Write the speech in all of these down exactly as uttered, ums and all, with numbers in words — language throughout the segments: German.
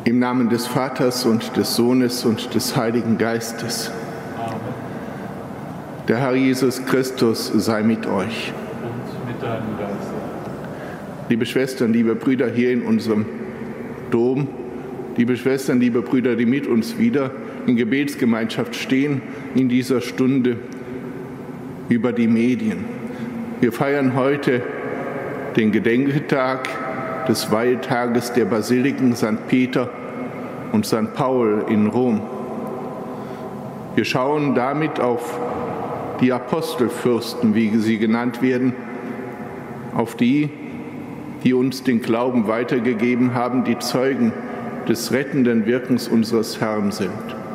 Im Namen des Vaters und des Sohnes und des Heiligen Geistes. Amen. Der Herr Jesus Christus sei mit euch. Und mit deinem Geist. Liebe Schwestern, liebe Brüder hier in unserem Dom, liebe Schwestern, liebe Brüder, die mit uns wieder in Gebetsgemeinschaft stehen in dieser Stunde über die Medien. Wir feiern heute den Gedenktag des Weihetages der Basiliken Sankt Peter und Sankt Paul in Rom. Wir schauen damit auf die Apostelfürsten, wie sie genannt werden, auf die, die uns den Glauben weitergegeben haben, die Zeugen des rettenden Wirkens unseres Herrn sind.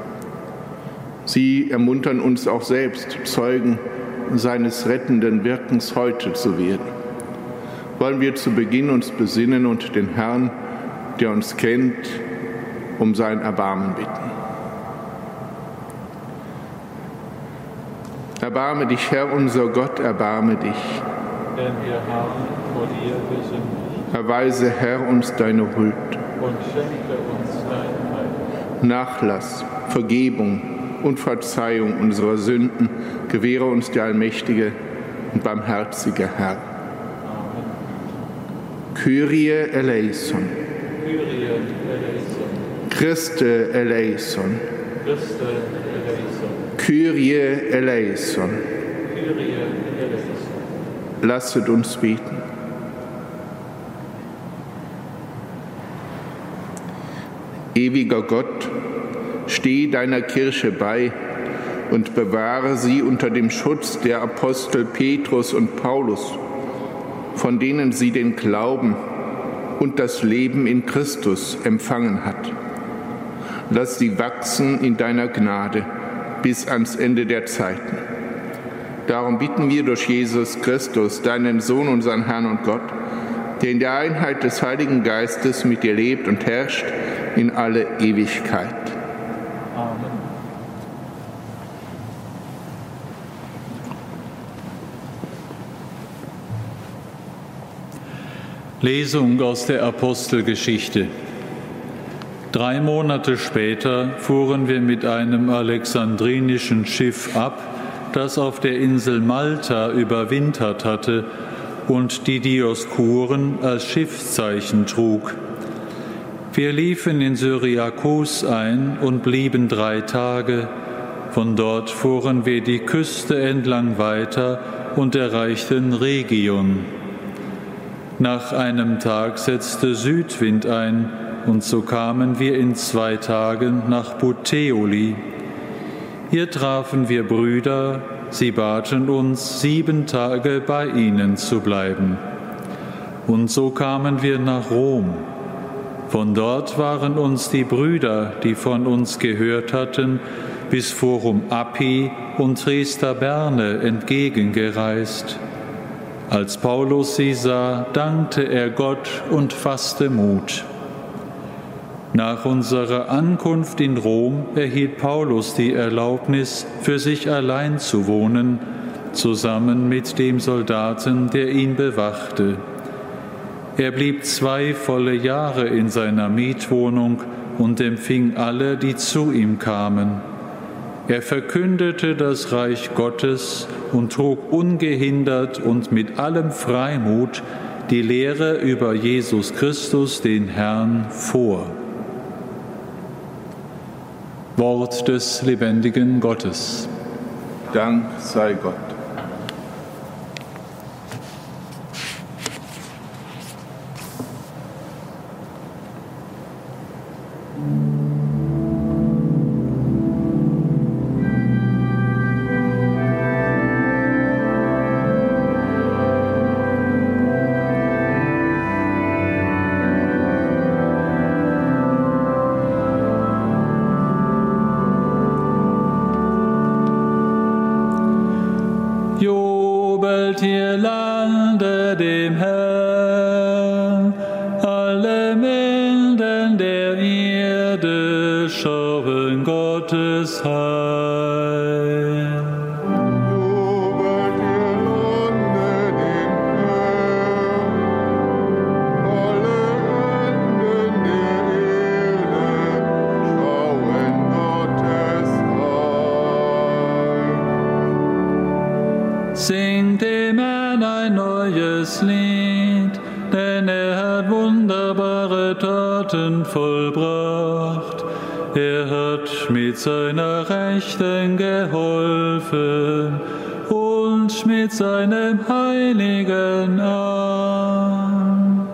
Sie ermuntern uns auch selbst, Zeugen seines rettenden Wirkens heute zu werden. Wollen wir zu Beginn uns besinnen und den Herrn, der uns kennt, um sein Erbarmen bitten. Erbarme dich, Herr unser Gott, erbarme dich. Denn wir haben vor dir gesündigt. Erweise, Herr, uns deine Huld. Und schenke uns dein Heil. Nachlass, Vergebung und Verzeihung unserer Sünden gewähre uns der allmächtige und barmherzige Herr. Kyrie eleison. Kyrie eleison. Christe eleison. Christe eleison. Kyrie eleison. Kyrie eleison. Lasset uns beten. Ewiger Gott, steh deiner Kirche bei und bewahre sie unter dem Schutz der Apostel Petrus und Paulus, von denen sie den Glauben und das Leben in Christus empfangen hat. Lass sie wachsen in deiner Gnade bis ans Ende der Zeiten. Darum bitten wir durch Jesus Christus, deinen Sohn, unseren Herrn und Gott, der in der Einheit des Heiligen Geistes mit dir lebt und herrscht in alle Ewigkeit. Amen. Lesung aus der Apostelgeschichte. Drei Monate später fuhren wir mit einem alexandrinischen Schiff ab, das auf der Insel Malta überwintert hatte und die Dioskuren als Schiffszeichen trug. Wir liefen in Syrakus ein und blieben drei Tage. Von dort fuhren wir die Küste entlang weiter und erreichten Rhegion. Nach einem Tag setzte Südwind ein, und so kamen wir in zwei Tagen nach Puteoli. Hier trafen wir Brüder, sie baten uns, sieben Tage bei ihnen zu bleiben. Und so kamen wir nach Rom. Von dort waren uns die Brüder, die von uns gehört hatten, bis Forum Appi und Triesta Berne entgegengereist. Als Paulus sie sah, dankte er Gott und fasste Mut. Nach unserer Ankunft in Rom erhielt Paulus die Erlaubnis, für sich allein zu wohnen, zusammen mit dem Soldaten, der ihn bewachte. Er blieb zwei volle Jahre in seiner Mietwohnung und empfing alle, die zu ihm kamen. Er verkündete das Reich Gottes und trug ungehindert und mit allem Freimut die Lehre über Jesus Christus, den Herrn, vor. Wort des lebendigen Gottes. Dank sei Gott. Jubelt ihr Lande dem Herrn, alle Milden der Erde schauen Gottes Heil. Jubelt ihr Lande dem Herrn, alle Enden der Erde wunderbare Taten vollbracht. Er hat mit seiner Rechten geholfen und mit seinem heiligen Arm.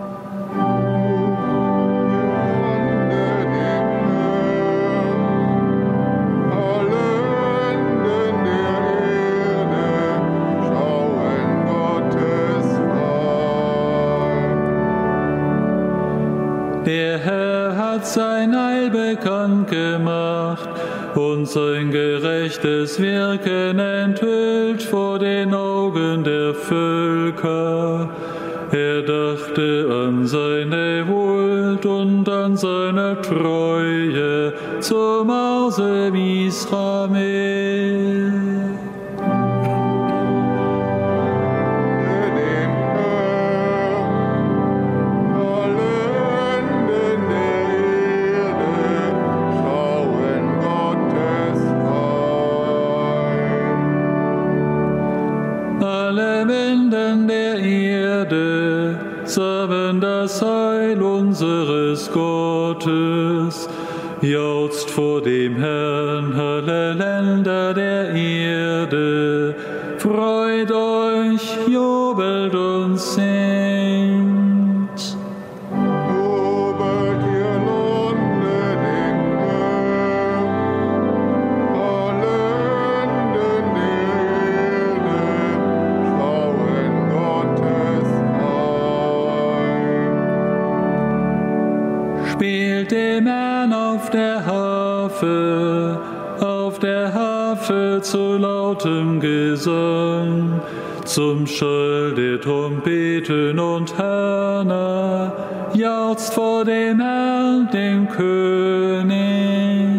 Der Herr hat sein Heil bekannt gemacht und sein gerechtes Wirken enthüllt vor den Augen der Völker. Er dachte an seine Huld und an seine Treue zum Hause Israel. Sahen das Heil unseres Gottes, jauchzt vor dem Herrn alle Länder der Erde, freut euch, jubelt und singt. Jubelt ihr Lande den Herrn, alle Enden der Erde schauen Gottes Spielt dem Herrn auf der Harfe, auf der Harfe zu lautem Gesang, zum Schall der Trompeten und Hörner, jauchzt vor dem Herrn, dem König.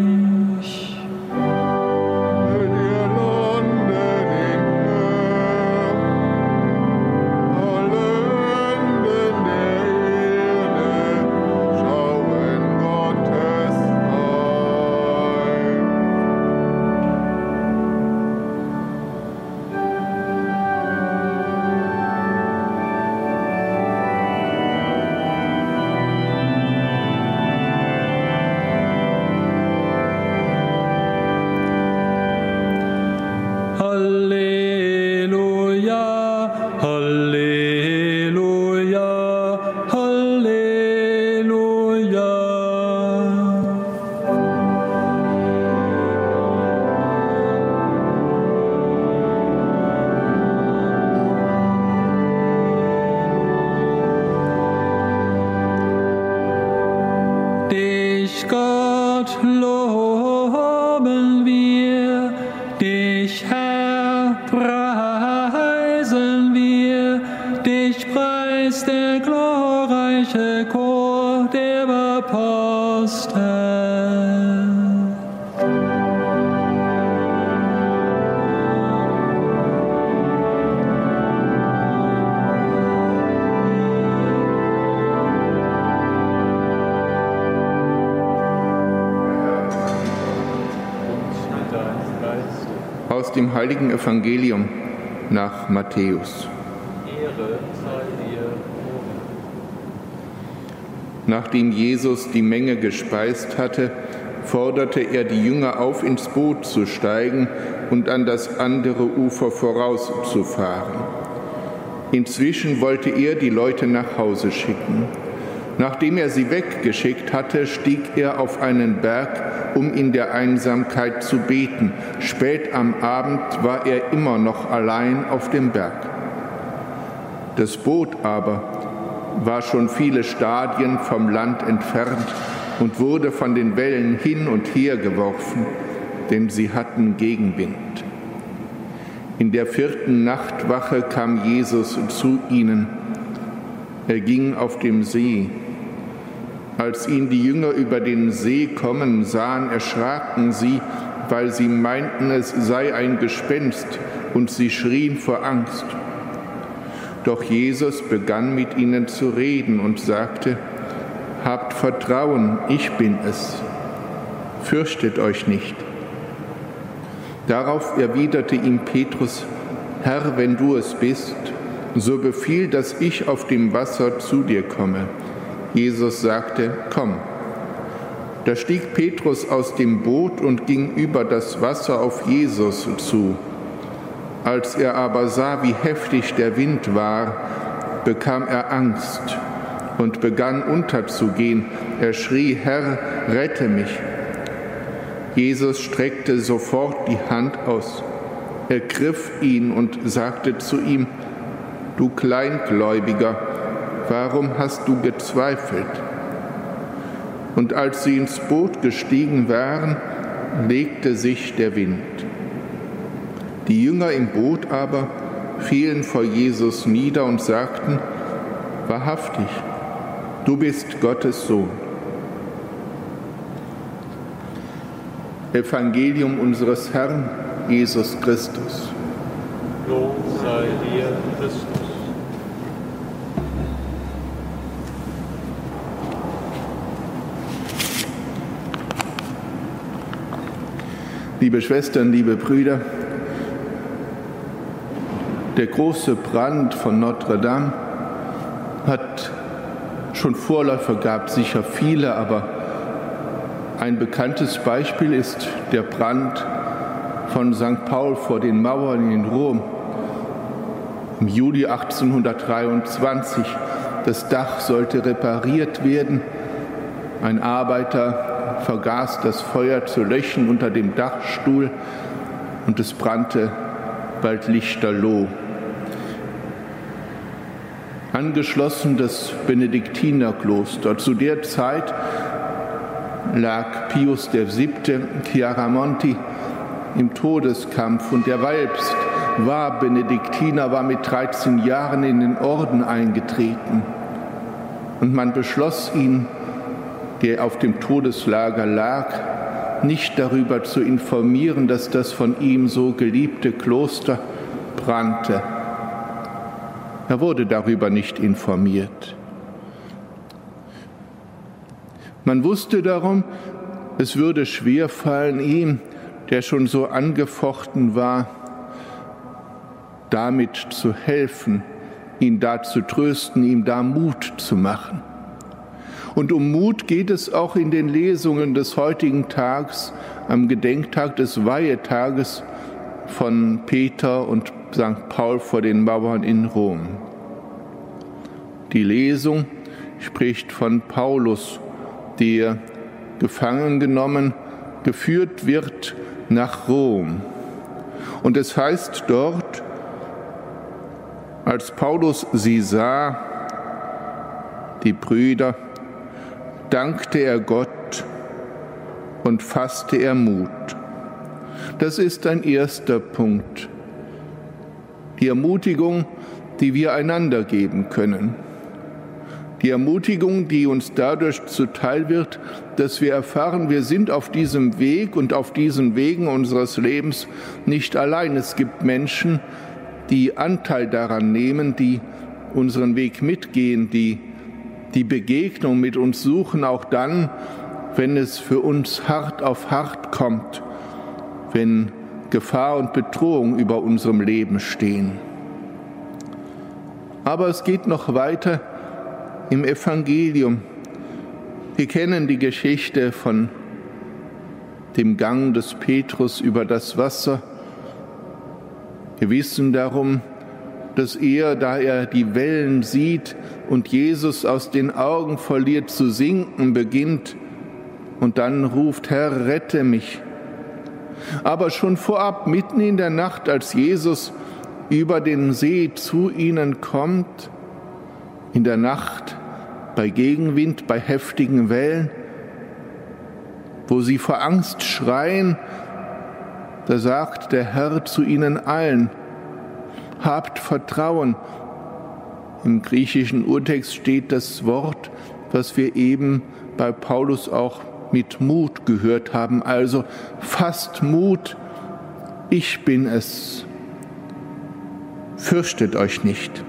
Dich, Gott, loben wir, dich, Herr, preisen wir, dich preist der glorreiche Chor der Apostel. Aus dem heiligen Evangelium nach Matthäus. Ehre sei dir, Nachdem Jesus die Menge gespeist hatte, forderte er die Jünger auf, ins Boot zu steigen und an das andere Ufer vorauszufahren. Inzwischen wollte er die Leute nach Hause schicken. Nachdem er sie weggeschickt hatte, stieg er auf einen Berg, um in der Einsamkeit zu beten. Spät am Abend war er immer noch allein auf dem Berg. Das Boot aber war schon viele Stadien vom Land entfernt und wurde von den Wellen hin und her geworfen, denn sie hatten Gegenwind. In der vierten Nachtwache kam Jesus zu ihnen. Er ging auf dem See. Als ihn die Jünger über den See kommen sahen, erschraken sie, weil sie meinten, es sei ein Gespenst, und sie schrien vor Angst. Doch Jesus begann mit ihnen zu reden und sagte: Habt Vertrauen, ich bin es. Fürchtet euch nicht. Darauf erwiderte ihm Petrus: Herr, wenn du es bist, so befiehl, dass ich auf dem Wasser zu dir komme. Jesus sagte: Komm. Da stieg Petrus aus dem Boot und ging über das Wasser auf Jesus zu. Als er aber sah, wie heftig der Wind war, bekam er Angst und begann unterzugehen. Er schrie: Herr, rette mich! Jesus streckte sofort die Hand aus, ergriff ihn und sagte zu ihm: Du Kleingläubiger, warum hast du gezweifelt? Und als sie ins Boot gestiegen waren, legte sich der Wind. Die Jünger im Boot aber fielen vor Jesus nieder und sagten: Wahrhaftig, du bist Gottes Sohn. Evangelium unseres Herrn Jesus Christus. Lob sei dir, Christus. Liebe Schwestern, liebe Brüder, der große Brand von Notre Dame hat schon Vorläufer gehabt, sicher viele, aber ein bekanntes Beispiel ist der Brand von Sankt Paul vor den Mauern in Rom im Juli achtzehnhundertdreiundzwanzig. Das Dach sollte repariert werden. Ein Arbeiter vergaß das Feuer zu löschen unter dem Dachstuhl und es brannte bald lichterloh. Angeschlossen das Benediktinerkloster. Zu der Zeit lag Pius der Siebte Chiaramonti im Todeskampf und er selbst war Benediktiner, war mit dreizehn Jahren in den Orden eingetreten. Und man beschloss ihn, der auf dem Todeslager lag, nicht darüber zu informieren, dass das von ihm so geliebte Kloster brannte. Er wurde darüber nicht informiert. Man wusste darum, es würde schwerfallen, ihm, der schon so angefochten war, damit zu helfen, ihn da zu trösten, ihm da Mut zu machen. Und um Mut geht es auch in den Lesungen des heutigen Tags, am Gedenktag des Weihetages von Peter und Sankt Paul vor den Mauern in Rom. Die Lesung spricht von Paulus, der gefangen genommen, geführt wird nach Rom. Und es heißt dort, als Paulus sie sah, die Brüder, dankte er Gott und fasste er Mut. Das ist ein erster Punkt. Die Ermutigung, die wir einander geben können. Die Ermutigung, die uns dadurch zuteil wird, dass wir erfahren, wir sind auf diesem Weg und auf diesen Wegen unseres Lebens nicht allein. Es gibt Menschen, die Anteil daran nehmen, die unseren Weg mitgehen, die die Begegnung mit uns suchen, auch dann, wenn es für uns hart auf hart kommt, wenn Gefahr und Bedrohung über unserem Leben stehen. Aber es geht noch weiter im Evangelium. Wir kennen die Geschichte von dem Gang des Petrus über das Wasser. Wir wissen darum, dass er, da er die Wellen sieht und Jesus aus den Augen verliert, zu sinken beginnt und dann ruft: Herr, rette mich. Aber schon vorab, mitten in der Nacht, als Jesus über den See zu ihnen kommt, in der Nacht bei Gegenwind, bei heftigen Wellen, wo sie vor Angst schreien, da sagt der Herr zu ihnen allen: Habt Vertrauen. Im griechischen Urtext steht das Wort, was wir eben bei Paulus auch mit Mut gehört haben. Also fasst Mut, ich bin es. Fürchtet euch nicht.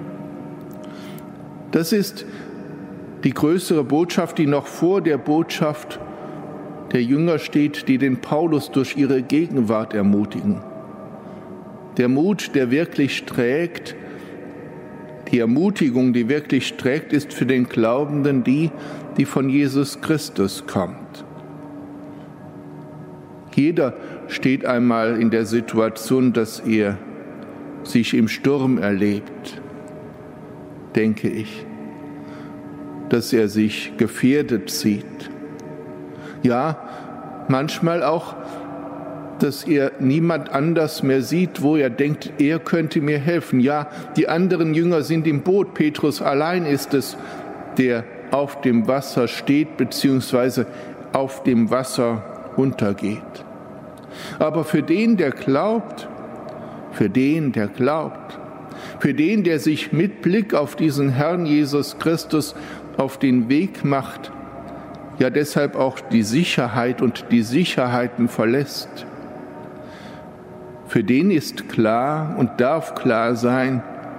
Das ist die größere Botschaft, die noch vor der Botschaft der Jünger steht, die den Paulus durch ihre Gegenwart ermutigen. Der Mut, der wirklich trägt, Die Ermutigung, die wirklich trägt, ist für den Glaubenden die, die von Jesus Christus kommt. Jeder steht einmal in der Situation, dass er sich im Sturm erlebt, denke ich, dass er sich gefährdet sieht. Ja, manchmal auch, dass er niemand anders mehr sieht, wo er denkt, er könnte mir helfen. Ja, die anderen Jünger sind im Boot. Petrus allein ist es, der auf dem Wasser steht, beziehungsweise auf dem Wasser untergeht. Aber für den, der glaubt, für den, der glaubt, für den, der sich mit Blick auf diesen Herrn Jesus Christus auf den Weg macht, ja deshalb auch die Sicherheit und die Sicherheiten verlässt, für den ist klar und darf klar sein,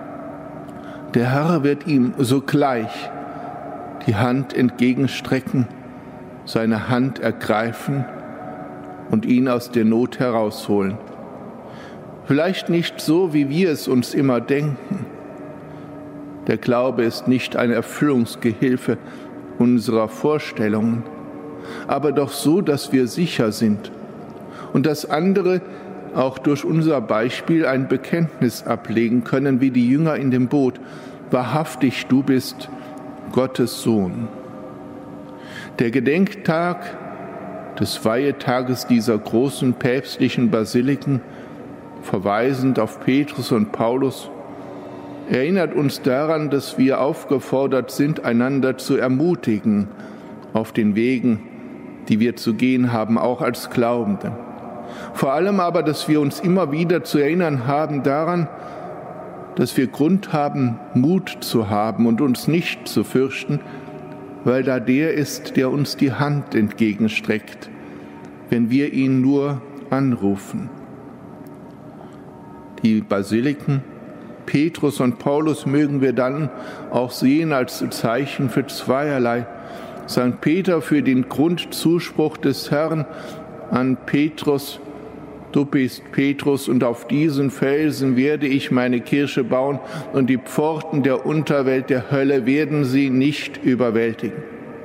der Herr wird ihm sogleich die Hand entgegenstrecken, seine Hand ergreifen und ihn aus der Not herausholen. Vielleicht nicht so, wie wir es uns immer denken. Der Glaube ist nicht eine Erfüllungsgehilfe unserer Vorstellungen, aber doch so, dass wir sicher sind und dass andere auch durch unser Beispiel ein Bekenntnis ablegen können, wie die Jünger in dem Boot. Wahrhaftig, du bist Gottes Sohn. Der Gedenktag des Weihetages dieser großen päpstlichen Basiliken, verweisend auf Petrus und Paulus, erinnert uns daran, dass wir aufgefordert sind, einander zu ermutigen auf den Wegen, die wir zu gehen haben, auch als Glaubende. Vor allem aber, dass wir uns immer wieder zu erinnern haben daran, dass wir Grund haben, Mut zu haben und uns nicht zu fürchten, weil da der ist, der uns die Hand entgegenstreckt, wenn wir ihn nur anrufen. Die Basiliken, Petrus und Paulus, mögen wir dann auch sehen als Zeichen für zweierlei. Sankt Peter für den Grundzuspruch des Herrn an Petrus: Du bist Petrus, und auf diesen Felsen werde ich meine Kirche bauen, und die Pforten der Unterwelt, der Hölle, werden sie nicht überwältigen.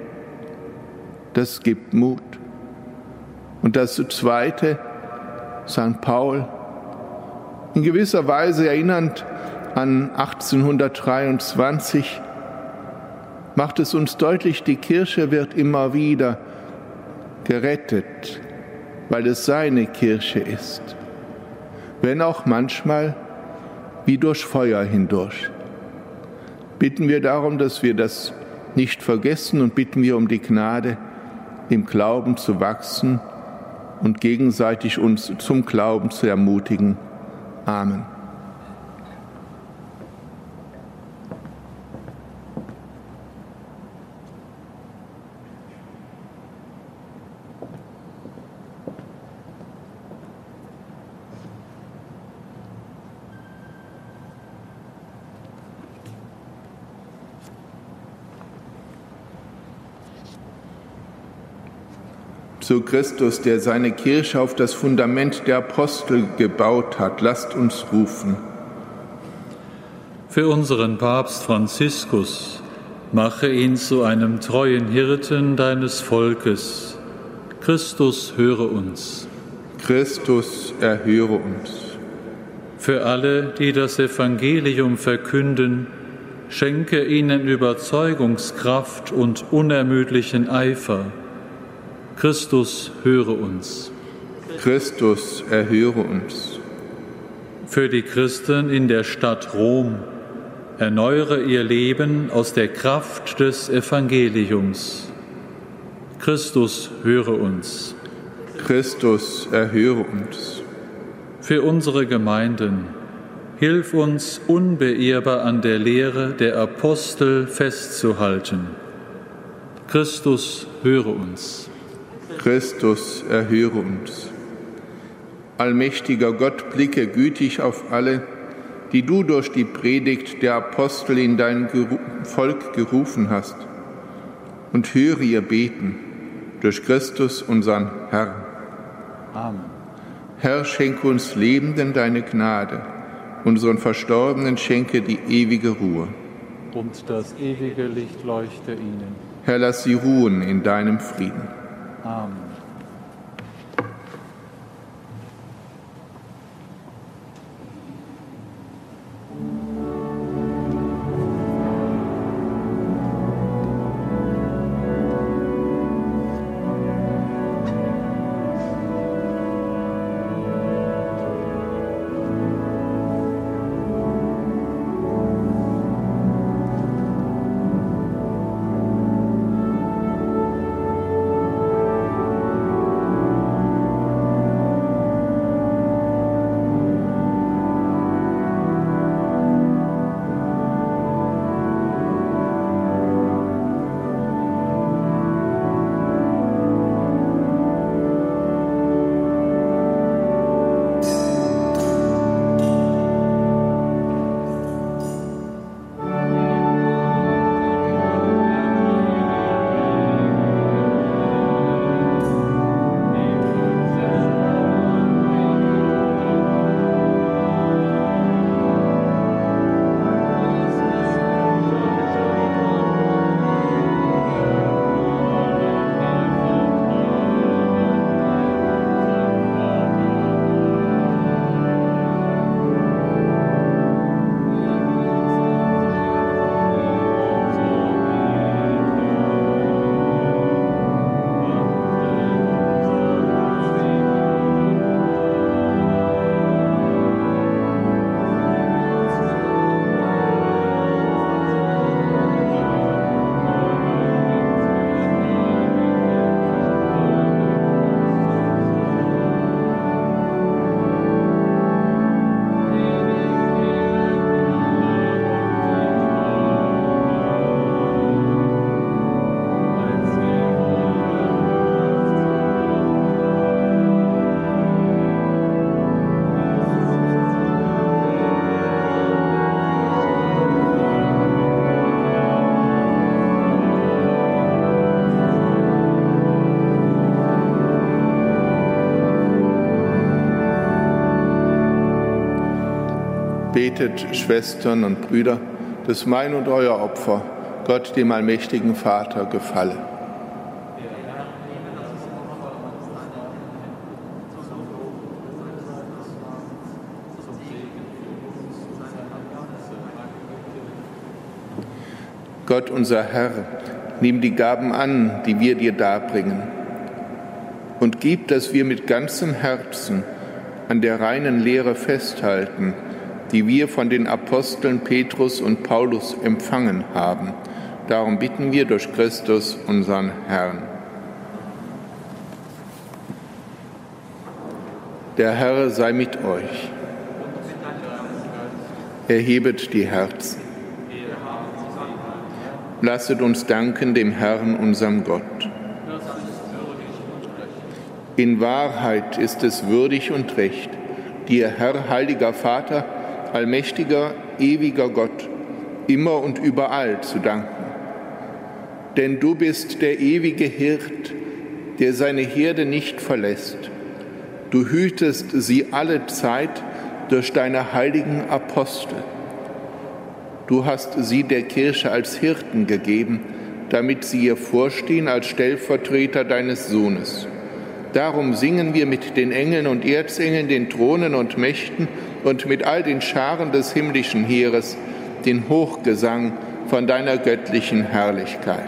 Das gibt Mut. Und das Zweite, Sankt Paul, in gewisser Weise erinnernd an achtzehnhundertdreiundzwanzig, macht es uns deutlich, die Kirche wird immer wieder gerettet, weil es seine Kirche ist, wenn auch manchmal wie durch Feuer hindurch. Bitten wir darum, dass wir das nicht vergessen, und bitten wir um die Gnade, im Glauben zu wachsen und gegenseitig uns zum Glauben zu ermutigen. Amen. Zu Christus, der seine Kirche auf das Fundament der Apostel gebaut hat, lasst uns rufen. Für unseren Papst Franziskus, mache ihn zu einem treuen Hirten deines Volkes. Christus, höre uns. Christus, erhöre uns. Für alle, die das Evangelium verkünden, schenke ihnen Überzeugungskraft und unermüdlichen Eifer. Christus, höre uns. Christus, erhöre uns. Für die Christen in der Stadt Rom, erneuere ihr Leben aus der Kraft des Evangeliums. Christus, höre uns. Christus, erhöre uns. Für unsere Gemeinden, hilf uns, unbeirrbar an der Lehre der Apostel festzuhalten. Christus, höre uns. Christus, erhöre uns. Allmächtiger Gott, blicke gütig auf alle, die du durch die Predigt der Apostel in dein Volk gerufen hast, und höre ihr Beten durch Christus, unseren Herrn. Amen. Herr, schenke uns Lebenden deine Gnade Unseren Verstorbenen schenke die ewige Ruhe. Und das ewige Licht leuchte ihnen. Herr, lass sie ruhen in deinem Frieden. Amen. Betet, Schwestern und Brüder, dass mein und euer Opfer Gott, dem allmächtigen Vater, gefalle. Gott, unser Herr, nimm die Gaben an, die wir dir darbringen, und gib, dass wir mit ganzem Herzen an der reinen Lehre festhalten, die wir von den Aposteln Petrus und Paulus empfangen haben. Darum bitten wir durch Christus, unseren Herrn. Der Herr sei mit euch. Erhebet die Herzen. Lasset uns danken dem Herrn, unserem Gott. In Wahrheit ist es würdig und recht, dir, Herr, heiliger Vater, allmächtiger, ewiger Gott, immer und überall zu danken. Denn du bist der ewige Hirt, der seine Herde nicht verlässt. Du hütest sie alle Zeit durch deine heiligen Apostel. Du hast sie der Kirche als Hirten gegeben, damit sie ihr vorstehen als Stellvertreter deines Sohnes. Darum singen wir mit den Engeln und Erzengeln, den Thronen und Mächten und mit all den Scharen des himmlischen Heeres den Hochgesang von deiner göttlichen Herrlichkeit.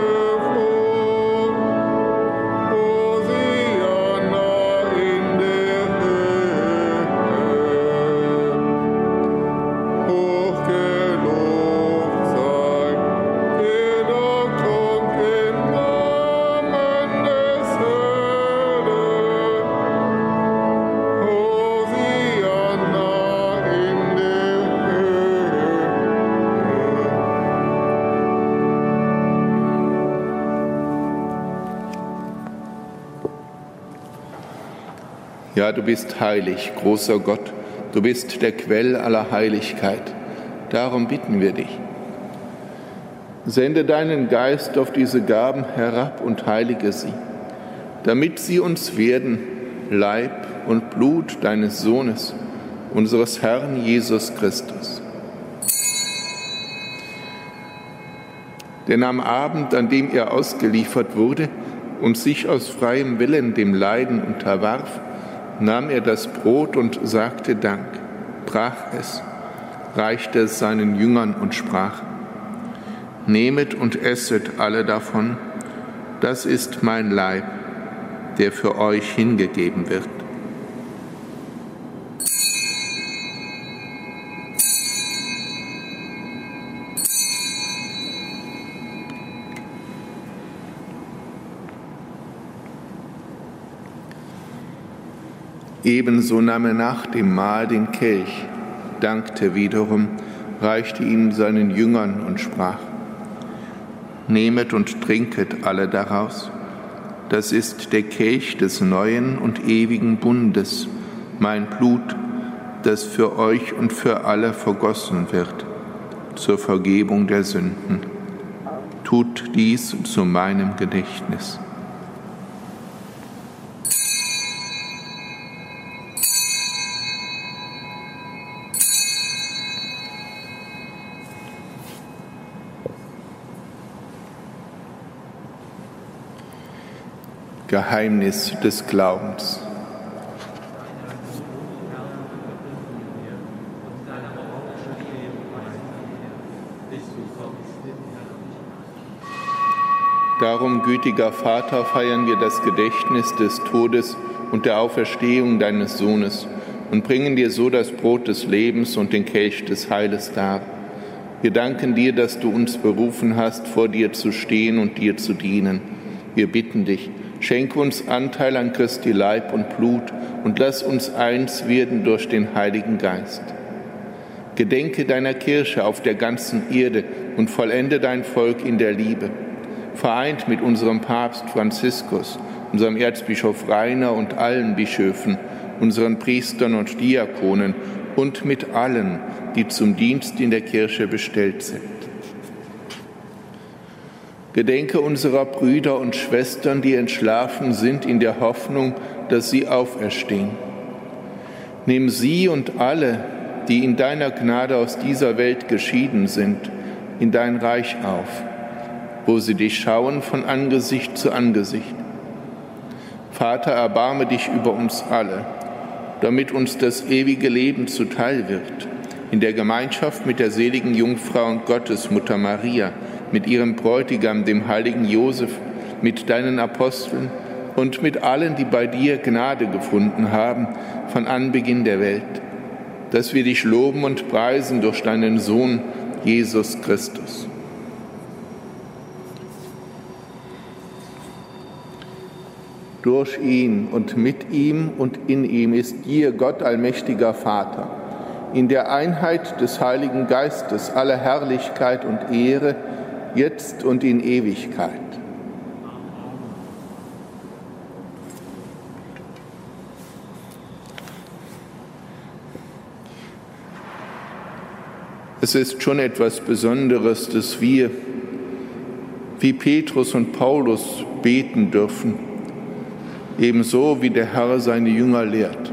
Hosianna in Ja, du bist heilig, großer Gott, du bist der Quell aller Heiligkeit. Darum bitten wir dich. Sende deinen Geist auf diese Gaben herab und heilige sie, damit sie uns werden, Leib und Blut deines Sohnes, unseres Herrn Jesus Christus. Denn am Abend, an dem er ausgeliefert wurde und sich aus freiem Willen dem Leiden unterwarf, nahm er das Brot und sagte Dank, brach es, reichte es seinen Jüngern und sprach: Nehmet und esset alle davon, das ist mein Leib, der für euch hingegeben wird. Ebenso nahm er nach dem Mahl den Kelch, dankte wiederum, reichte ihn seinen Jüngern und sprach: Nehmet und trinket alle daraus. Das ist der Kelch des neuen und ewigen Bundes, mein Blut, das für euch und für alle vergossen wird, zur Vergebung der Sünden. Tut dies zu meinem Gedächtnis. Geheimnis des Glaubens. Darum, gütiger Vater, feiern wir das Gedächtnis des Todes und der Auferstehung deines Sohnes und bringen dir so das Brot des Lebens und den Kelch des Heiles dar. Wir danken dir, dass du uns berufen hast, vor dir zu stehen und dir zu dienen. Wir bitten dich, schenke uns Anteil an Christi Leib und Blut und lass uns eins werden durch den Heiligen Geist. Gedenke deiner Kirche auf der ganzen Erde und vollende dein Volk in der Liebe. Vereint mit unserem Papst Franziskus, unserem Erzbischof Rainer und allen Bischöfen, unseren Priestern und Diakonen und mit allen, die zum Dienst in der Kirche bestellt sind. Gedenke unserer Brüder und Schwestern, die entschlafen sind, in der Hoffnung, dass sie auferstehen. Nimm sie und alle, die in deiner Gnade aus dieser Welt geschieden sind, in dein Reich auf, wo sie dich schauen von Angesicht zu Angesicht. Vater, erbarme dich über uns alle, damit uns das ewige Leben zuteil wird, in der Gemeinschaft mit der seligen Jungfrau und Gottesmutter Maria, mit ihrem Bräutigam, dem heiligen Josef, mit deinen Aposteln und mit allen, die bei dir Gnade gefunden haben, von Anbeginn der Welt, dass wir dich loben und preisen durch deinen Sohn, Jesus Christus. Durch ihn und mit ihm und in ihm ist dir, Gott allmächtiger Vater, in der Einheit des Heiligen Geistes alle Herrlichkeit und Ehre, jetzt und in Ewigkeit. Es ist schon etwas Besonderes, dass wir, wie Petrus und Paulus, beten dürfen, ebenso wie der Herr seine Jünger lehrt.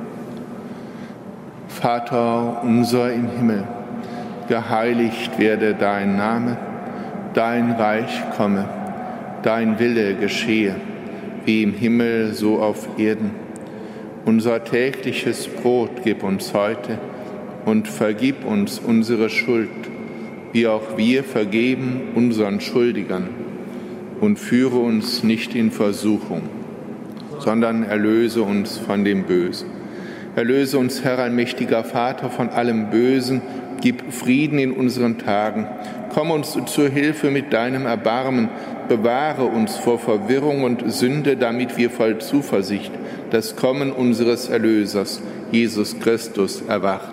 Vater unser im Himmel, geheiligt werde dein Name, dein Reich komme, dein Wille geschehe, wie im Himmel so auf Erden. Unser tägliches Brot gib uns heute und vergib uns unsere Schuld, wie auch wir vergeben unseren Schuldigern. Und führe uns nicht in Versuchung, sondern erlöse uns von dem Bösen. Erlöse uns, Herr, allmächtiger Vater, von allem Bösen, gib Frieden in unseren Tagen. Komm uns zur Hilfe mit deinem Erbarmen, bewahre uns vor Verwirrung und Sünde, damit wir voll Zuversicht das Kommen unseres Erlösers, Jesus Christus, erwarten.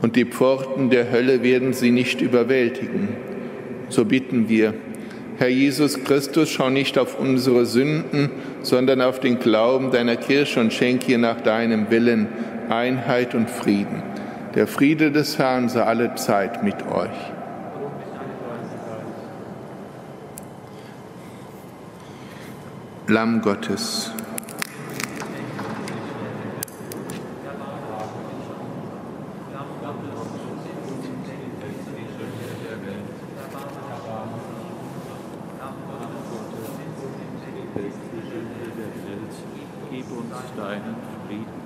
und die Pforten der Hölle werden sie nicht überwältigen. So bitten wir, Herr Jesus Christus, schau nicht auf unsere Sünden, sondern auf den Glauben deiner Kirche und schenk ihr nach deinem Willen Einheit und Frieden. Der Friede des Herrn sei alle Zeit mit euch. Lamm Gottes. Gib uns deinen Frieden.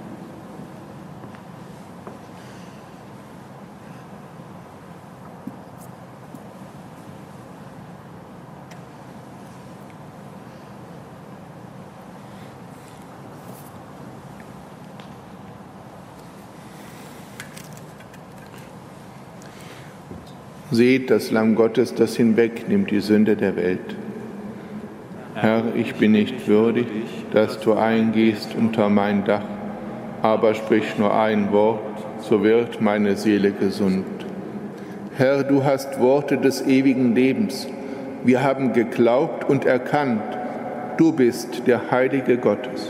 Seht das Lamm Gottes, das hinwegnimmt die Sünde der Welt. Herr, ich bin nicht würdig, dass du eingehst unter mein Dach, aber sprich nur ein Wort, so wird meine Seele gesund. Herr, du hast Worte des ewigen Lebens. Wir haben geglaubt und erkannt, du bist der Heilige Gottes.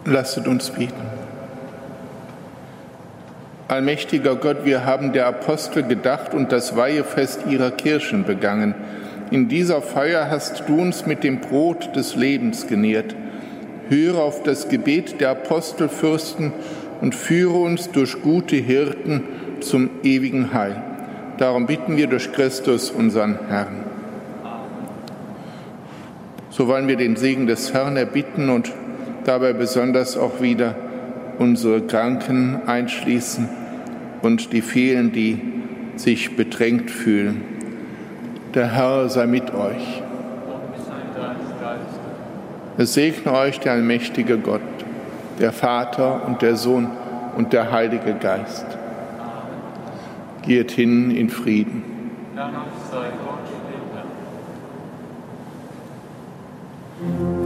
Lasset uns beten. Allmächtiger Gott, wir haben der Apostel gedacht und das Weihefest ihrer Kirchen begangen. In dieser Feier hast du uns mit dem Brot des Lebens genährt. Höre auf das Gebet der Apostelfürsten und führe uns durch gute Hirten zum ewigen Heil. Darum bitten wir durch Christus, unseren Herrn. So wollen wir den Segen des Herrn erbitten und dabei besonders auch wieder unsere Kranken einschließen und die vielen, die sich bedrängt fühlen. Der Herr sei mit euch. Es segne euch der allmächtige Gott, der Vater und der Sohn und der Heilige Geist. Geht hin in Frieden. Dank sei Gott dem Herrn.